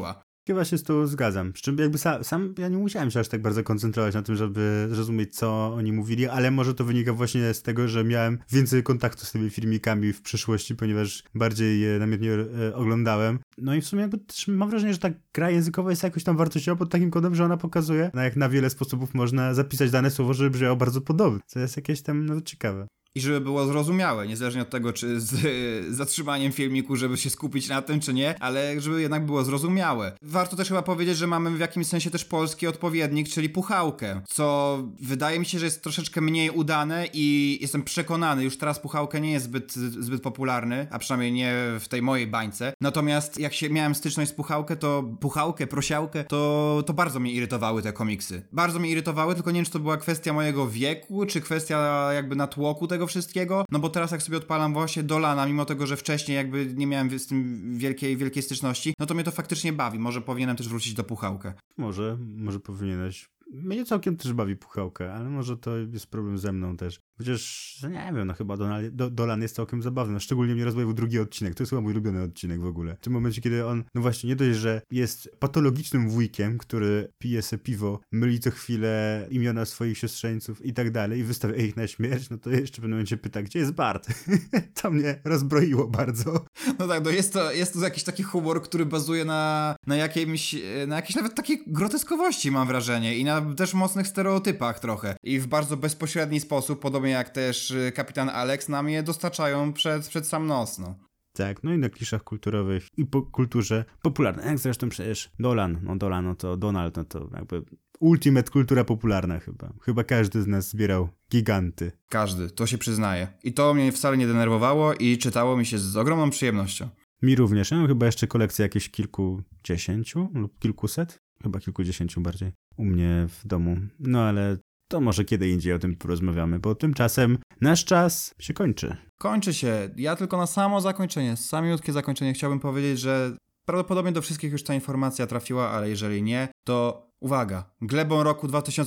Chyba się z tą zgadzam. Przy czym jakby sam ja nie musiałem się aż tak bardzo koncentrować na tym, żeby zrozumieć, co oni mówili, ale może to wynika właśnie z tego, że miałem więcej kontaktu z tymi filmikami w przyszłości, ponieważ bardziej je namiętnie oglądałem. No i w sumie jakby też mam wrażenie, że ta gra językowa jest jakoś tam wartościowa pod takim kątem, że ona pokazuje, jak na wiele sposobów można zapisać dane słowo, żeby brzmiało bardzo podobnie. Co jest jakieś tam ciekawe. I żeby było zrozumiałe, niezależnie od tego, czy z zatrzymaniem filmiku, żeby się skupić na tym, czy nie, ale żeby jednak było zrozumiałe. Warto też chyba powiedzieć, że mamy w jakimś sensie też polski odpowiednik, czyli Puchałkę, co wydaje mi się, że jest troszeczkę mniej udane i jestem przekonany, już teraz Puchałkę nie jest zbyt popularny, a przynajmniej nie w tej mojej bańce. Natomiast jak się miałem styczność z Puchałkę, Prosiałkę, to bardzo mnie irytowały te komiksy. Bardzo mnie irytowały, tylko nie wiem, czy to była kwestia mojego wieku, czy kwestia jakby natłoku tego wszystkiego, no bo teraz jak sobie odpalam właśnie Dolana, mimo tego, że wcześniej jakby nie miałem z tym wielkiej styczności, no to mnie to faktycznie bawi. Może powinienem też wrócić do Puchałkę. Może powinieneś. Mnie całkiem też bawi Puchałkę, ale może to jest problem ze mną też. Chociaż, nie wiem, no chyba Dolan jest całkiem zabawny. No, szczególnie mnie rozbawił drugi odcinek. To jest chyba mój ulubiony odcinek w ogóle. W tym momencie, kiedy on, no właśnie, nie dość, że jest patologicznym wujkiem, który pije se piwo, myli co chwilę imiona swoich siostrzeńców i tak dalej i wystawia ich na śmierć, no to jeszcze w pewnym momencie pyta, gdzie jest Bart? To mnie rozbroiło bardzo. No tak, no jest to jakiś taki humor, który bazuje na jakiejś nawet takiej groteskowości, mam wrażenie, i na też mocnych stereotypach trochę. I w bardzo bezpośredni sposób, podobnie jak też Kapitan Alex, nam je dostarczają przed sam nos, no. Tak, no i na kliszach kulturowych i po kulturze popularnej. Jak zresztą przecież Dolan, no to Donald, no to jakby ultimate kultura popularna chyba. Chyba każdy z nas zbierał giganty. Każdy, to się przyznaje. I to mnie wcale nie denerwowało i czytało mi się z ogromną przyjemnością. Mi również. Ja mam chyba jeszcze kolekcję jakieś kilkudziesięciu lub kilkuset. Chyba kilkudziesięciu bardziej. U mnie w domu. No ale to może kiedy indziej o tym porozmawiamy, bo tymczasem nasz czas się kończy. Kończy się. Ja tylko na samiutkie zakończenie chciałbym powiedzieć, że prawdopodobnie do wszystkich już ta informacja trafiła, ale jeżeli nie, to uwaga. Glebą roku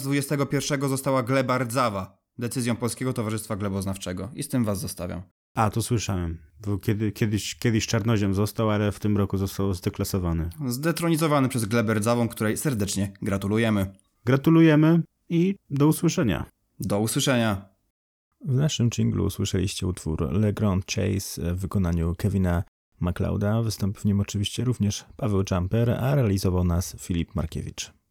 2021 została gleba rdzawa, decyzją Polskiego Towarzystwa Gleboznawczego. I z tym was zostawiam. A, to słyszałem. Bo kiedyś czarnoziem został, ale w tym roku został zdeklasowany. Zdetronizowany przez glebę rdzawą, której serdecznie gratulujemy. Gratulujemy i do usłyszenia. Do usłyszenia. W naszym dżinglu usłyszeliście utwór Le Grand Chase w wykonaniu Kevina MacLeoda. Wystąpił w nim oczywiście również Paweł Jumper, a realizował nas Filip Markiewicz.